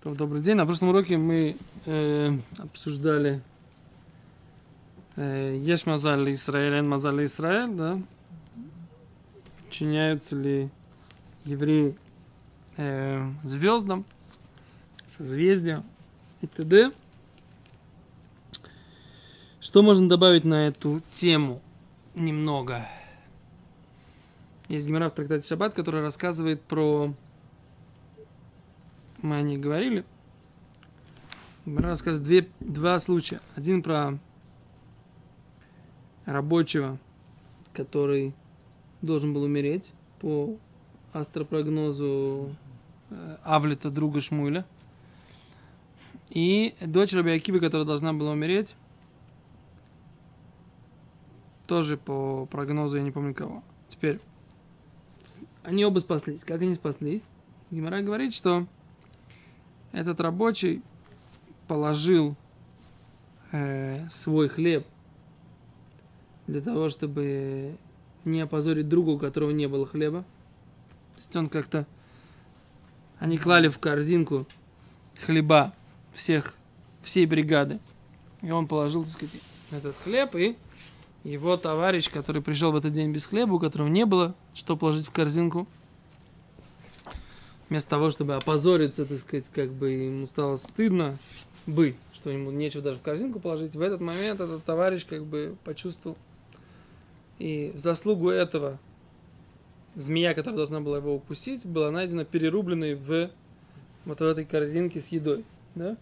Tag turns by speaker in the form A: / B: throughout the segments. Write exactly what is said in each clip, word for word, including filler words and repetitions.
A: Добрый день. На прошлом уроке мы э, обсуждали э, Еш Мазаль Исраэль, Эн Мазаль Исраэль, да? Подчиняются ли евреи э, звездам, созвездиям и т.д. Что можно добавить на эту тему немного? Есть гемара в трактате Шаббат, который рассказывает про... Мы о ней говорили. Гемара рассказывает две, два случая. Один про рабочего, который должен был умереть по астропрогнозу Авлета, друга Шмуэля. И дочь Раби Акивы, которая должна была умереть, тоже по прогнозу, я не помню кого. Теперь, они оба спаслись. Как они спаслись? Гемара говорит, что этот рабочий положил э, свой хлеб для того, чтобы не опозорить друга, у которого не было хлеба. То есть он как-то... Они клали в корзинку хлеба всех, всей бригады. И он положил, так сказать, этот хлеб, и его товарищ, который пришел в этот день без хлеба, у которого не было что положить в корзинку, вместо того, чтобы опозориться, так сказать, как бы ему стало стыдно бы, что ему нечего даже в корзинку положить, в этот момент этот товарищ как бы почувствовал. И в заслугу этого змея, которая должна была его укусить, была найдена перерубленной в вот в этой корзинке с едой. Да?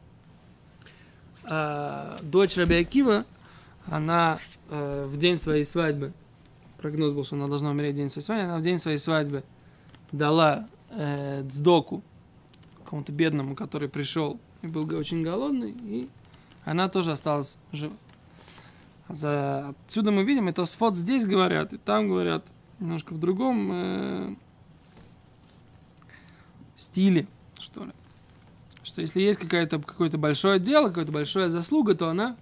A: А дочь Раби Акива, она э, в день своей свадьбы, прогноз был, что она должна умереть в день своей свадьбы, она в день своей свадьбы дала э, цдоку какому-то бедному, который пришел и был очень голодный, и она тоже осталась жива. За... Отсюда мы видим, это сфот здесь говорят, и там говорят немножко в другом э, стиле, что ли. Что если есть какое-то, какое-то большое дело, какая-то большая заслуга, то она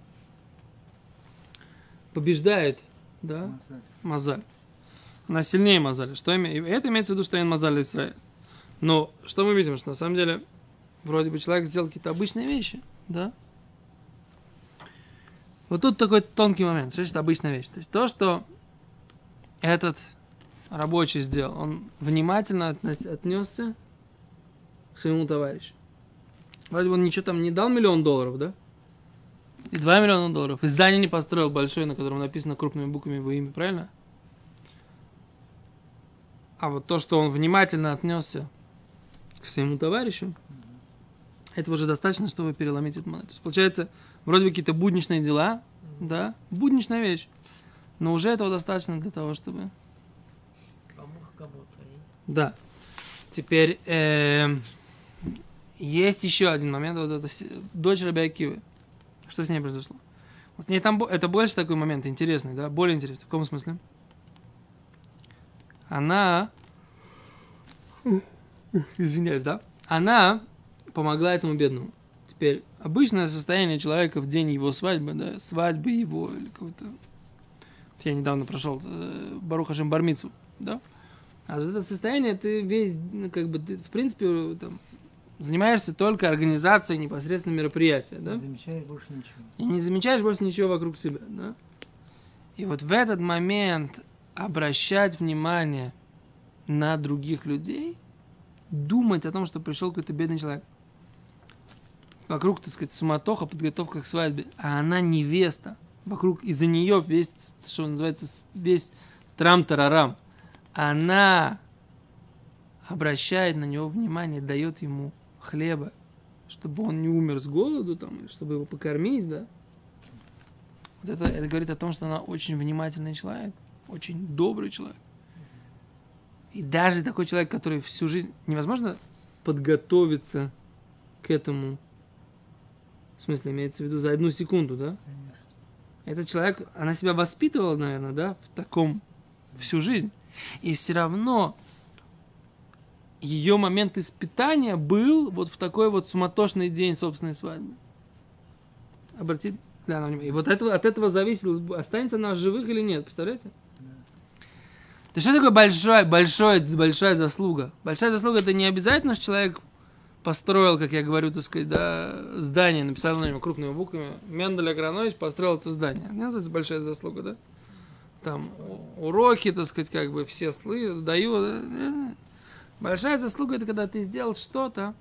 A: побеждает, да, Мазаль. Мазаль. Она сильнее Мазаля. Что име... Это имеется в виду, что он Мазаль Исраэль. Но что мы видим, что на самом деле вроде бы человек сделал какие-то обычные вещи, да? Вот тут такой тонкий момент. Что значит обычная вещь? То есть то, что этот рабочий сделал, он внимательно отнесся к своему товарищу. Вроде бы он ничего там не дал миллион долларов, да? И два миллиона долларов. И здание не построил большое, на котором написано крупными буквами его имя, правильно? А вот то, что он внимательно отнесся к своему товарищу, mm-hmm. этого же достаточно, чтобы переломить этот монету. То есть, получается, вроде бы какие-то будничные дела, mm-hmm. да, будничная вещь, но уже этого достаточно для того, чтобы...
B: Помог кому-то.
A: Да. Теперь э, есть еще один момент. Вот это дочь Раби Акивы. Что с ней произошло? Вот с ней там, это больше такой момент интересный, да, более интересный. В каком смысле? Она, извиняюсь, да, она помогла этому бедному. Теперь, обычное состояние человека в день его свадьбы, да, свадьбы его или какого-то... Я недавно прошел Барух Ашем бар мицву, да, а это состояние ты весь, ну, как бы, ты, в принципе, там, занимаешься только организацией непосредственно мероприятия, да?
B: Не замечаешь больше ничего.
A: И не замечаешь больше ничего вокруг себя, да? И вот в этот момент обращать внимание на других людей, думать о том, что пришел какой-то бедный человек. Вокруг, так сказать, суматоха, подготовка к свадьбе, а она невеста. Вокруг, из-за нее весь, что называется, весь трам-тарарам. Она обращает на него внимание, дает ему хлеба, чтобы он не умер с голоду, там, чтобы его покормить, да. Вот это, это говорит о том, что она очень внимательный человек. Очень добрый человек. И даже такой человек, который всю жизнь... Невозможно подготовиться к этому. В смысле, имеется в виду за одну секунду, да?
B: Конечно.
A: Этот человек, она себя воспитывала, наверное, да, в таком всю жизнь. И все равно ее момент испытания был вот в такой вот суматошный день собственной свадьбы. Обратите да, на внимание. И вот этого, от этого зависит, останется она в живых или нет. Представляете? То что такое большая, большая, большая заслуга? Большая заслуга — это не обязательно, что человек построил, как я говорю, так сказать, да, здание, написал на нем крупными буквами. Мендель Агранович построил это здание. Мне называется большая заслуга, да? Там уроки, так сказать, как бы все слышат, даю. Да? Большая заслуга — это когда ты сделал что-то,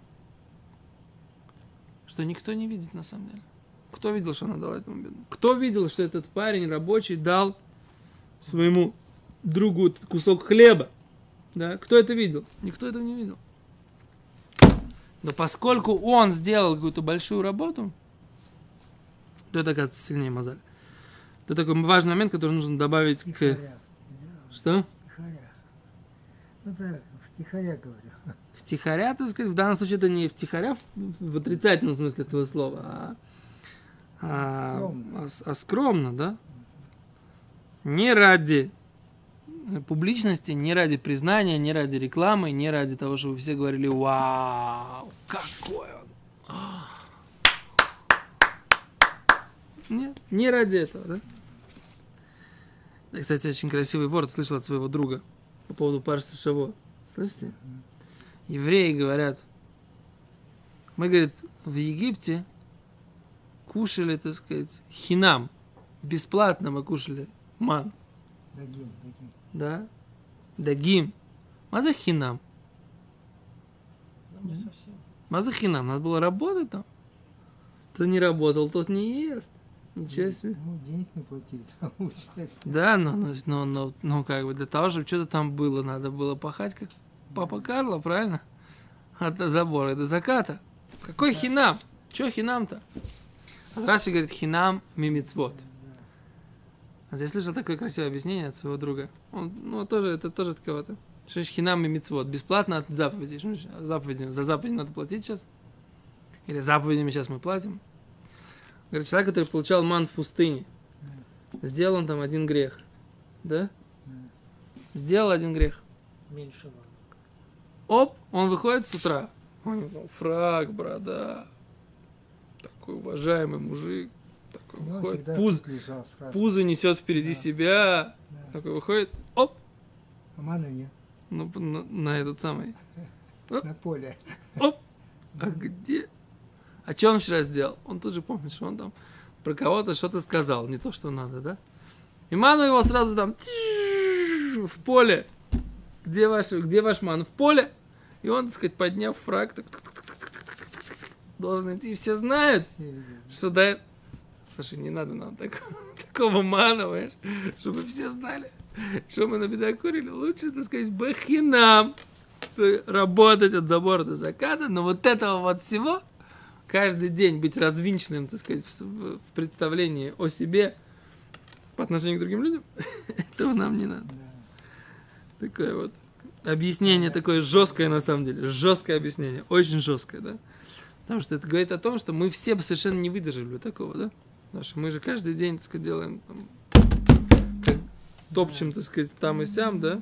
A: что никто не видит на самом деле. Кто видел, что она дала этому бедному? Кто видел, что этот парень рабочий дал своему другу кусок хлеба? Да? Кто это видел? Никто этого не видел. Но поскольку он сделал какую-то большую работу, то это, оказывается, сильнее мозаль. Это такой важный момент, который нужно добавить
B: Втихаря.
A: к... Что?
B: Втихаря. Ну так, втихаря говорю.
A: Втихаря, так сказать, в данном случае это не втихаря в, в отрицательном смысле этого слова, а, а,
B: Скромно.
A: а, а скромно, да? Не ради публичности, не ради признания, не ради рекламы, не ради того, чтобы все говорили: вау, какой он. Нет, не ради этого, да? Я, кстати, очень красивый ворд слышал от своего друга по поводу Парши Шаво. Слышите? Евреи говорят, мы, говорит, в Египте кушали, так сказать, хинам. Бесплатно мы кушали ман.
B: Дагим, дагим.
A: Да? Дагим. Маза хинам.
B: Ну, не совсем.
A: Маза хинам. Надо было работать там. Кто не работал, тот не ест. Ничего себе.
B: Ну, денег не платили, получается.
A: Да, но, но, но, но, но как бы для того, чтобы что-то там было, надо было пахать, как папа Карло, правильно? От забора до заката. Какой хинам? Че хинам-то? А Раши говорит: хинам мимицвот. А я слышал такое красивое объяснение от своего друга. Он, ну, тоже, это тоже от кого-то. Что значит хинам мимицвот? Бесплатно от заповедей. Что значит? Заповеди, за заповеди надо платить сейчас? Или заповедями сейчас мы платим? Говорит, человек, который получал ман в пустыне, сделал он там один грех. Да? Сделал один грех.
B: Меньше надо.
A: Оп, он выходит с утра. У него фрак, борода. Такой уважаемый мужик. Такой
B: Ну,
A: выходит.
B: всегда
A: Пуз,
B: тут лежал сразу.
A: пузо несет впереди
B: Да.
A: себя.
B: Да.
A: Такой выходит. Оп.
B: А маны нет.
A: Ну, на, на этот самый.
B: На поле.
A: Оп. А где? А что он вчера сделал? Он тут же помнит, что он там про кого-то что-то сказал. Не то, что надо, да? И ману его сразу там в поле. Где ваш, где ваш ман? В поле. И он, так сказать, подняв фраг, так, должен идти. И все знают,
B: Все видели.
A: что да... Слушай, не надо нам такого, такого мана, понимаешь? Чтобы все знали, что мы на бедокурили. Лучше, так сказать, бахинам работать от забора до заката. Но вот этого вот всего, каждый день быть развинченным, так сказать, в, в представлении о себе по отношению к другим людям, этого нам не надо.
B: Да.
A: Такое вот объяснение такое жесткое на самом деле. Жесткое объяснение. Очень жесткое, да. Потому что это говорит о том, что мы все совершенно не выдержали такого, да. Потому что мы же каждый день, так сказать, делаем там, как топчем, так сказать, там и сям, да.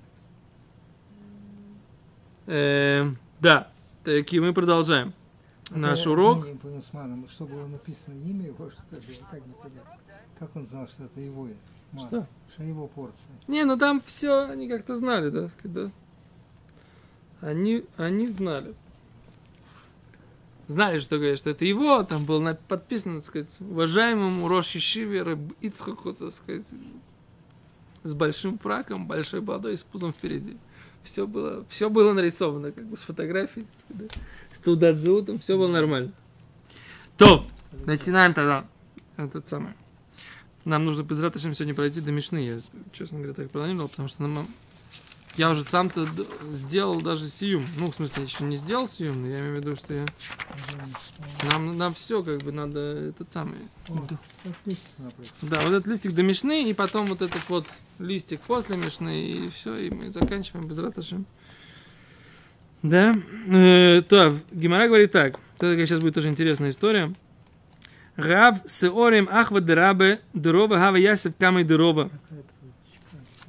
A: Э, да. Так, и мы продолжаем
B: А
A: наш
B: я
A: урок.
B: не понял с маном, что было написано имя его, что ли, так непонятно. Как он знал, что это его ман?
A: Что?
B: Что его порция.
A: Не, ну там все они как-то знали, да, сказать, да. Они, они знали. Знали, что, говорят, что это его, там было на- подписано, так сказать, уважаемому Рош Ешиве Раб Ицхаку, так сказать, с большим фраком, большой бородой и с пузом впереди. Все было, все было нарисовано, как бы с фотографией, так сказать, да, с тудадзутом, все было нормально. То, начинаем тогда этот самый. Нам нужно без раташем сегодня пройти до Мишны. Я, честно говоря, так планировал, потому что нам, я уже сам-то д- сделал даже сиюм. Ну, в смысле, я еще не сделал сиюм, но я имею в виду, что я... Нам, нам все, как бы, надо этот самый...
B: О,
A: д-
B: как листик напротив.
A: Да, вот этот листик до Мишны, и потом вот этот вот листик после Мишны, и все, и мы заканчиваем без раташем. Да. Э, то, Гемара говорит так. Это сейчас будет тоже интересная история. Рав сеорим ахва дерабе дерова хава ясев камой дерова.
B: Какая-то чеканская.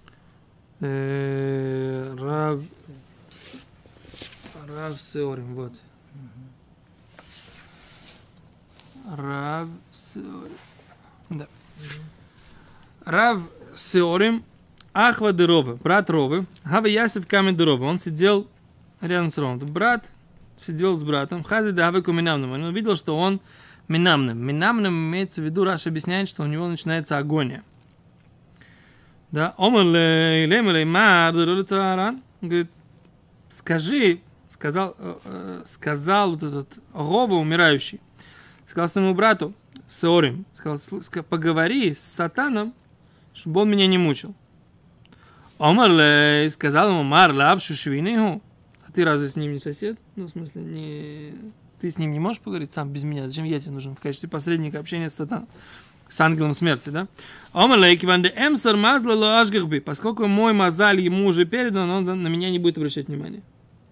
A: Э, Рав... Рав Сеорим, вот. Рав Сеорим. Да. Рав Сеорим Ахва де Рова, брат Ровы, Хава Ясев Камен де Рова. Он сидел рядом с Ровом. Брат сидел с братом, хази давыку минамным, он увидел, что он минамным. Минамным имеется в виду, Раш объясняет, что у него начинается агония. Да, омалей, лемалей, мар, дурулицаран. Говорит, скажи, сказал, э, сказал вот этот Рова, умирающий, сказал своему брату, Сеорим, сказал, поговори с сатаном, чтобы он меня не мучил. Омалей, сказал ему, мар, лавшу швиниху. А ты разве с ним не сосед? Ну, в смысле, не... ты с ним не можешь поговорить сам без меня? Зачем я тебе нужен в качестве посредника общения с сатаном? С ангелом смерти, да? Поскольку мой мазаль ему уже передан, он на меня не будет обращать внимания.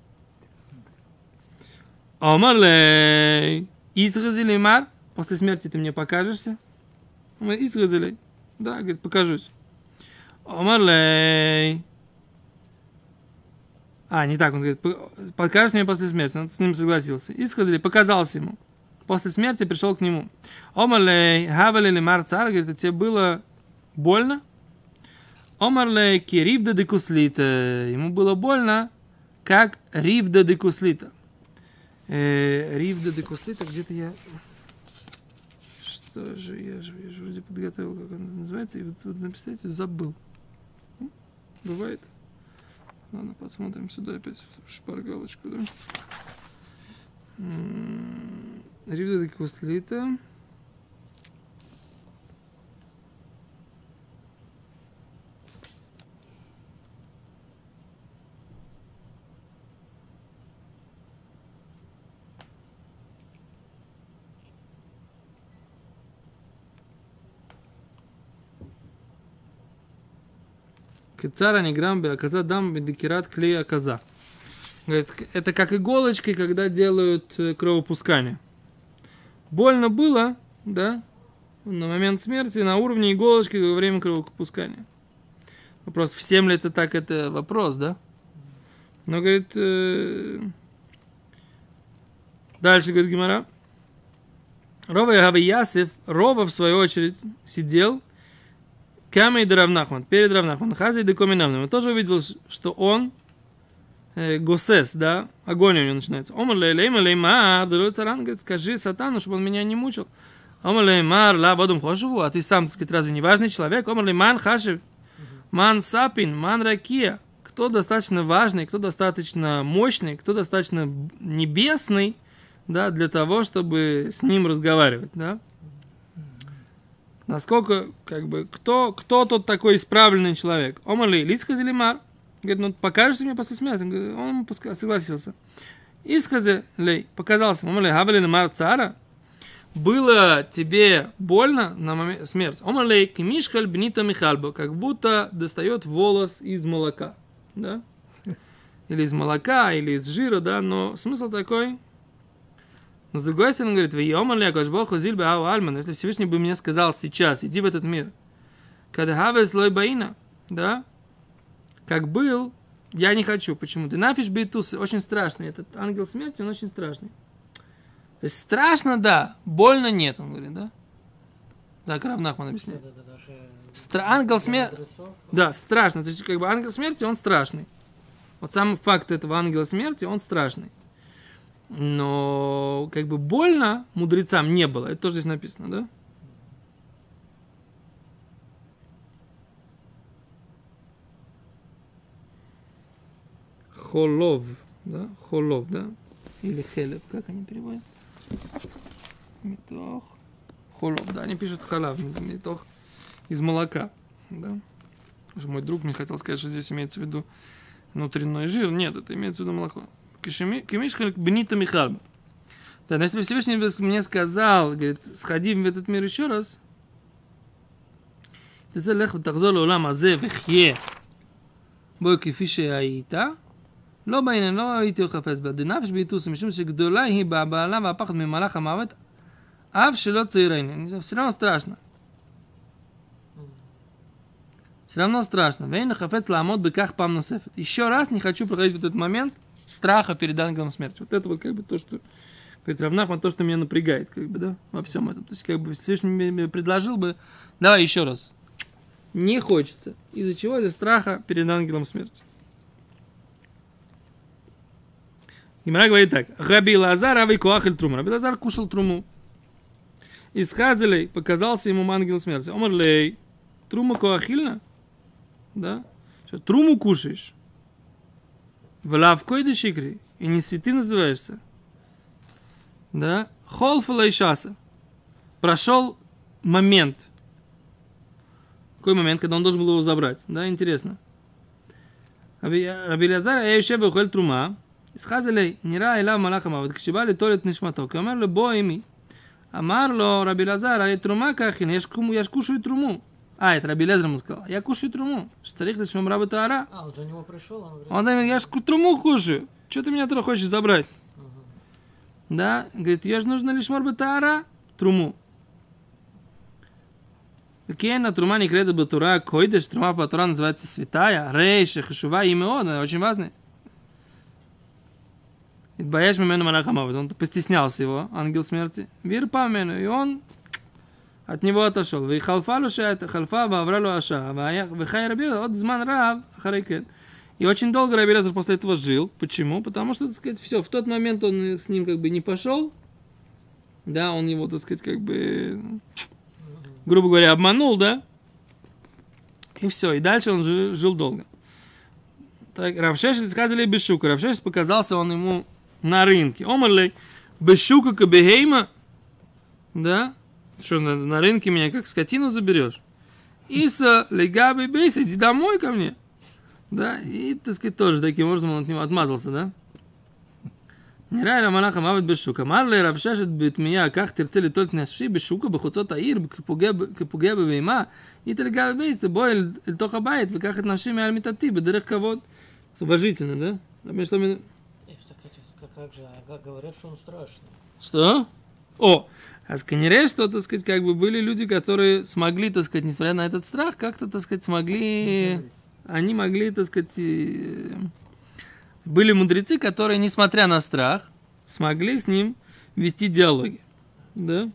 A: Омалей, Исразили мар, после смерти ты мне покажешься? Исразили, да, говорит, покажусь. Омалей. А, не так, он говорит, покажешь мне после смерти, он с ним согласился. Исразили, показался ему. После смерти пришел к нему. Омарлей, хавали мар цар, говорит, тебе было больно? Омарлей, ки ривда де куслита. Ему было больно, как ривда де куслита. Э, ривда де куслита, где-то я... Что же, я же, я же вроде подготовил, как он называется, и вот, вот написать, забыл. Бывает? Ладно, посмотрим сюда опять шпаргалочку, да? Ривда де куслита. Кецара не грамбе, аказа дам бедекират клея аказа. Это как иголочкой, когда делают кровопускание. Больно было, да, на момент смерти на уровне иголочки во время кровопускания. Вопрос, всем ли это так, это вопрос, да? Но, говорит, э... дальше, говорит Гемара, Рова Ягави Ясев, Рова, в свою очередь, сидел Камей де Равнахман, перед Равнахман, Хази де Коминамным. Он тоже увидел, что он э, госес, да, агония у него начинается. Омар лей-лей-ма лей-мар, дырой царан, говорит, скажи сатану, чтобы он меня не мучил. Омар лей-мар, ла водум хошеву, а ты сам, так сказать, разве не важный человек? Омар лей-ман хашев, ман сапин, ман ракия. Кто достаточно важный, кто достаточно мощный, кто достаточно небесный, да, для того, чтобы с ним разговаривать, да? Насколько, как бы, кто, кто тот такой исправленный человек? Омарли, лицхази лимар. Говорит, ну покажешься мне после смерти? Он согласился. Исхази лей, показался. Омарли, хавали лимар цара. Было тебе больно на момент смерти? Омарли, кимишхаль бнита михальба. Как будто достает волос из молока. Да? Или из молока, или из жира, да? Но смысл такой... Но с другой стороны, он говорит, если Всевышний бы мне сказал сейчас, иди в этот мир, да, как был, я не хочу. Почему? Ты нафиш бейтус, очень страшный. Этот ангел смерти, он очень страшный. То есть страшно, да, больно нет, он говорит, да? Так Равнахман объясняет. Стра- ангел смерти, да, страшно. То есть, как бы ангел смерти, он страшный. Вот сам факт этого ангела смерти, он страшный. Но как бы больно мудрецам не было. Это тоже здесь написано, да? Холов, да? Холов, да? Или хелев, как они переводят? Митох. Холов, да, они пишут халав, митох из молока, да? Мой друг мне хотел сказать, что здесь имеется в виду внутренний жир. Нет, это имеется в виду молоко. Кемишхаль бнита михальба. Да, но если бы Всевышний мне сказал, говорит, сходи в этот мир еще раз, ты залех втахзор леолам азе вехье бой кефи שהיית, לא בעניין, לא הייתי חפץ בה. דנפש ביתוס, משום שגדולה היא בעלה והפחד ממלאך המוות, אף שלא צעיר העניין. все равно страшно. Все равно страшно. ואין חפץ לעמוד בכך פעם נוספת. Еще раз не хочу проходить в этот момент страха перед ангелом смерти. Вот это вот как бы то, что говорит Равнахман, то, что меня напрягает, как бы, да, во всем этом. То есть, как бы, Всевышний мне предложил бы, давай еще раз. Не хочется. Из-за чего? Из-за страха перед ангелом смерти. Гимара говорит так. Раби Лазар ави коахель труму. Раби Лазар кушал труму. Из Хазелей показался ему ангел смерти. Омарлей, трума коахильна? Да? Что, труму кушаешь? В лавкой да шикри. И не святым называешься. Да? Холфала и шаса. Прошел момент. Какой момент, когда он должен был его забрать? Да, интересно. Раби Лазар, я еще выхоль трума. Из Хазелей, нира илав малахама. Вот кшибали толет нишматок. Я омарлей, бо ими. Амар ло Раби Лазар, а трума кахин, я ж кушаю труму. А, это Раби Лазар ему сказал. Я кушаю труму. Шцарих лишмам раба таара.
C: А, он за него пришел, он говорит.
A: Он говорит, я ж труму кушаю. Что ты меня туда хочешь забрать?
C: Угу.
A: Да? Говорит, я же нужно лишь раба таара. Труму. Какие на трума не кредит бы тура, койдеш, трума по тура называется святая, рейша, хашува, имя он, очень важно. Боясь мимену Малахамавит, он постеснялся его, ангел смерти. Вир памену, и он от него отошел. Вы халфалу шаэта, халфа, вавралу аша, вихай рабил, от зман рав, харайкен. И очень долго Раби Лазар после этого жил. Почему? Потому что, так сказать, все, в тот момент он с ним как бы не пошел. Да, он его, так сказать, как бы, грубо говоря, обманул, да? И все, и дальше он жил, жил долго. Так, Рав Шешет сказали Бешука. Рав Шешет показался он ему на рынке. Омарлей, Бешука кабехейма, да? Что, на, на рынке меня как скотину заберешь? Иса, легаби бейс, иди домой ко мне. Да, и, так сказать, тоже таким образом он от него отмазался, да? Не рай рамалаха мавит Бешука. Марлей, Рав Шешет бит меня, как терцели только наши Бешука, бахуцот аир, капуге бевейма, и ты легаби бейс, бой эль тоха байт, веках от наши мяль митати, бедерех кавод. Уважительно, да?
C: Как же, говорят, что он страшный.
A: Что? О, а сканере, что, так сказать, как бы были люди, которые смогли, так сказать, несмотря на этот страх, как-то, так сказать, смогли, они могли, так сказать, были мудрецы, которые, несмотря на страх, смогли с ним вести диалоги. Да?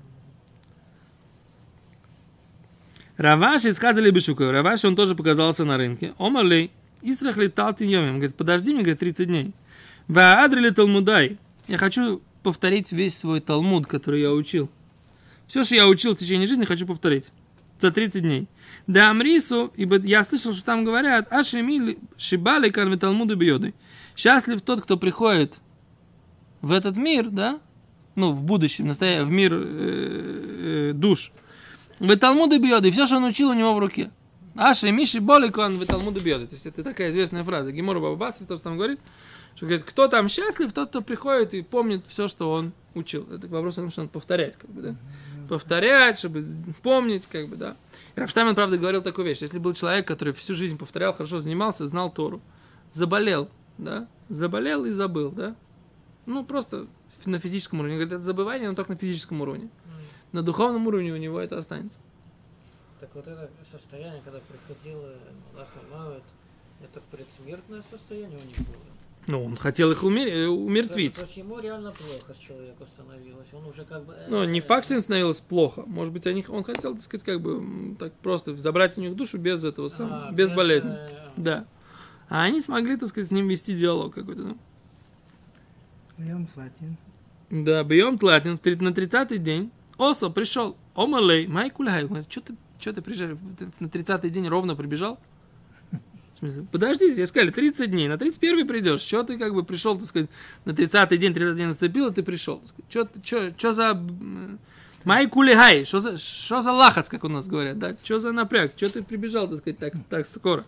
A: Раваш исхазали Бешука. Раваш, он тоже показался на рынке. Омарлей, Исрах летал тиньемим. Говорит, подожди мне, говорит, тридцать дней. Ваадрили Талмудай. Я хочу повторить весь свой Талмуд, который я учил. Все, что я учил в течение жизни, хочу повторить. За тридцать дней. Да Амрису, ибо я слышал, что там говорят, Ашеми шибали канве Талмуду бьёды. Счастлив тот, кто приходит в этот мир, да? Ну, в будущем, настоящем, в мир э, э, душ. В Талмуду бьёды. И все, что он учил, у него в руке. Аши Миши Боликон в Талмуду бьёды. То есть это такая известная фраза. Гемора Баба Басри тоже там говорит, что говорит, кто там счастлив, тот, кто приходит и помнит все, что он учил. Это вопрос о том, что надо повторять, как бы, да? Повторять, чтобы помнить, как бы, да. И Рав Штайнман, правда, говорил такую вещь. Если был человек, который всю жизнь повторял, хорошо занимался, знал Тору, заболел, да, заболел и забыл, да. Ну, просто на физическом уровне. Говорит, это забывание, но только на физическом уровне. На духовном уровне у него это останется.
C: Так вот это состояние, когда приходило Малах Мавит, это предсмертное состояние у них было.
A: Ну, он хотел их умер... умертвить.
C: То есть ему реально плохо с человеком становилось. Он уже как бы...
A: Ну, не факт, что им становилось плохо. Может быть, они... он хотел, так сказать, как бы так просто забрать у них душу без этого самого, а, без, без болезни. Э... Да. А они смогли, так сказать, с ним вести диалог какой-то. Да?
B: Бьем Тлатин. Да,
A: бьем Тлатин. На тридцатый день Осо пришел. Омалей, Майкулай. Что ты, что ты приезжаешь? Ты на тридцатый день ровно прибежал? Подождите, я сказали, тридцать дней, на тридцать первый придешь. Что ты как бы пришел, так сказать, на тридцатый день, тридцатый день наступил, и ты пришел. Что за... Майкулигай, что за, что за лахац, как у нас говорят, да? Что за напряг? Что ты прибежал, так сказать, так, так скоро?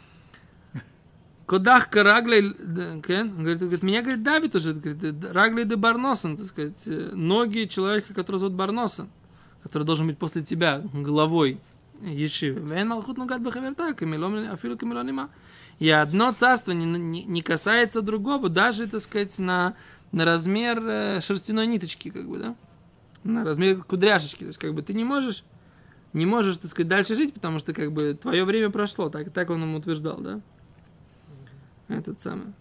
A: Кодах караглей, он говорит, меня, говорит, давит уже, говорит, раглей де Барносан, так сказать, ноги человека, который зовут Барносан, который должен быть после тебя главой Ешивы. И одно царство не, не, не касается другого, даже, так сказать, на, на размер э, шерстяной ниточки, как бы, да? На размер кудряшечки. То есть, как бы, ты не можешь, не можешь, так сказать, дальше жить, потому что, как бы, твое время прошло. Так, так он ему утверждал, да? Этот самый.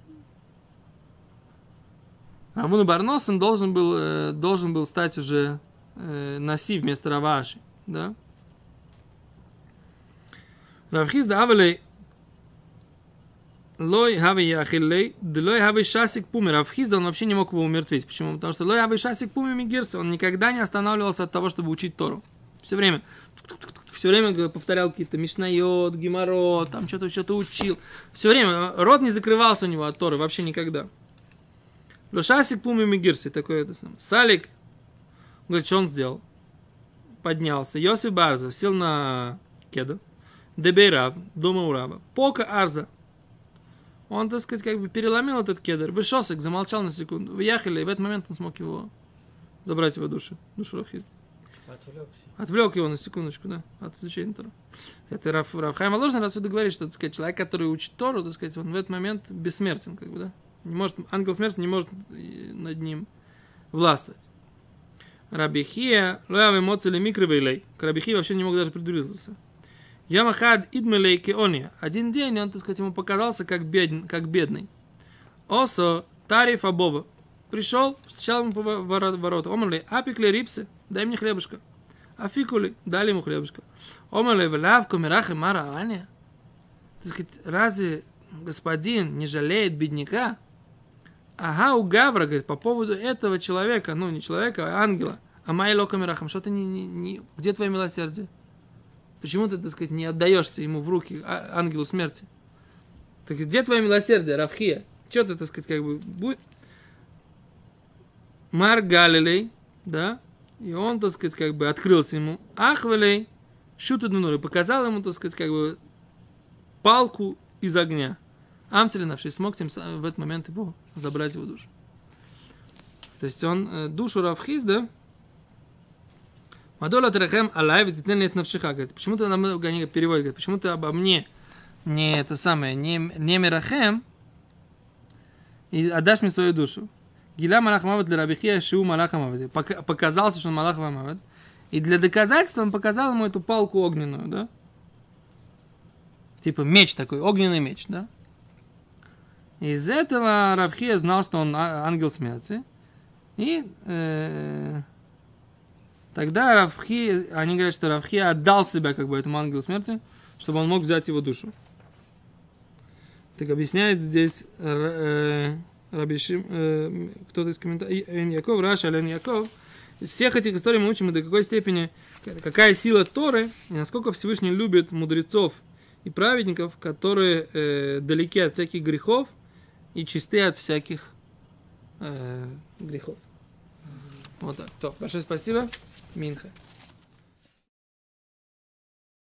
A: Равуна Барносен должен был, э, должен был стать уже э, Наси вместо Раваши, да? Равхизда Авелей Лой хави яхиллей, длой хави шасик пуми. Рав Хизда, он вообще не мог его умертвить. Почему? Потому что лой хави шасик пуми мигирса. Он никогда не останавливался от того, чтобы учить Тору. Все время. Все время повторял какие-то мишнайот, геморрот, там что-то что-то учил. Все время. Рот не закрывался у него от Торы. Вообще никогда. Лой шасик пуми мигирса. Такой это самое. Салик. Говорит, что он сделал? Поднялся. Йосиф Барзов сел на кеда. Дебейрав. Дома у раба. Пока арза. Он, так сказать, как бы переломил этот кедр. Вышосик, замолчал на секунду. Выехали, и в этот момент он смог его забрать его душу. Душу Рав Хизда.
C: Отвлекся.
A: Отвлек его на секундочку, да, от изучения Торы. Это Рав, Рав Хаим Воложный раз сюда говорит, что, так сказать, человек, который учит Тору, так сказать, он в этот момент бессмертен, как бы, да. Не может, ангел смерти не может над ним властвовать. Рабихия, лоявый моцели микровейлей. К Рабихии вообще не мог даже приблизиться. Ямахад идмелей кеония. Один день он, так сказать, ему показался как, бед, как бедный. Осо тариф абова. Пришел, встречал ему по ворота. Омерли, апикли рипсы, дай мне хлебушка. Афикули, дали ему хлебушка. Омерли, велавку мирахи мара аня. Так сказать, разве господин не жалеет бедняка? Ага, у Гавра, говорит, по поводу этого человека, ну, не человека, а ангела. А майлока мирахам, что ты не, не, не... Где твое милосердие? Почему ты, так сказать, не отдаешься ему в руки, ангелу смерти? Так где твое милосердие, Равхия? Что ты, так сказать, как бы... Будет... Мар Галилей, да? И он, так сказать, как бы открылся ему. Ахвелей, шуту днуры, показал ему, так сказать, как бы палку из огня. Амцелинавший смог тем в этот момент его забрать его душу. То есть он душу Рав Хизда, Мадола Терехем Алай Вититнель Навшиха. Говорит, почему ты нам переводит, говорит, почему ты обо мне не это самое, не, не Мирахем, и отдашь мне свою душу. Гиля Малах Мавет для Рабихия Шиу Малаха Мавет. Показался, что он Малах Мавет. И для доказательства он показал ему эту палку огненную, да? Типа меч такой, огненный меч, да? Из этого Рабхия знал, что он ангел смерти. И э, тогда Равхи, они говорят, что Равхи отдал себя как бы этому ангелу смерти, чтобы он мог взять его душу. Так объясняет здесь э, Рабишим, э, кто-то из комментариев, Эн Яков, Раша, Эн Яков. Из всех этих историй мы учим, до какой степени, какая сила Торы, и насколько Всевышний любит мудрецов и праведников, которые э, далеки от всяких грехов и чисты от всяких э, грехов. Вот так. То, большое спасибо. Минха.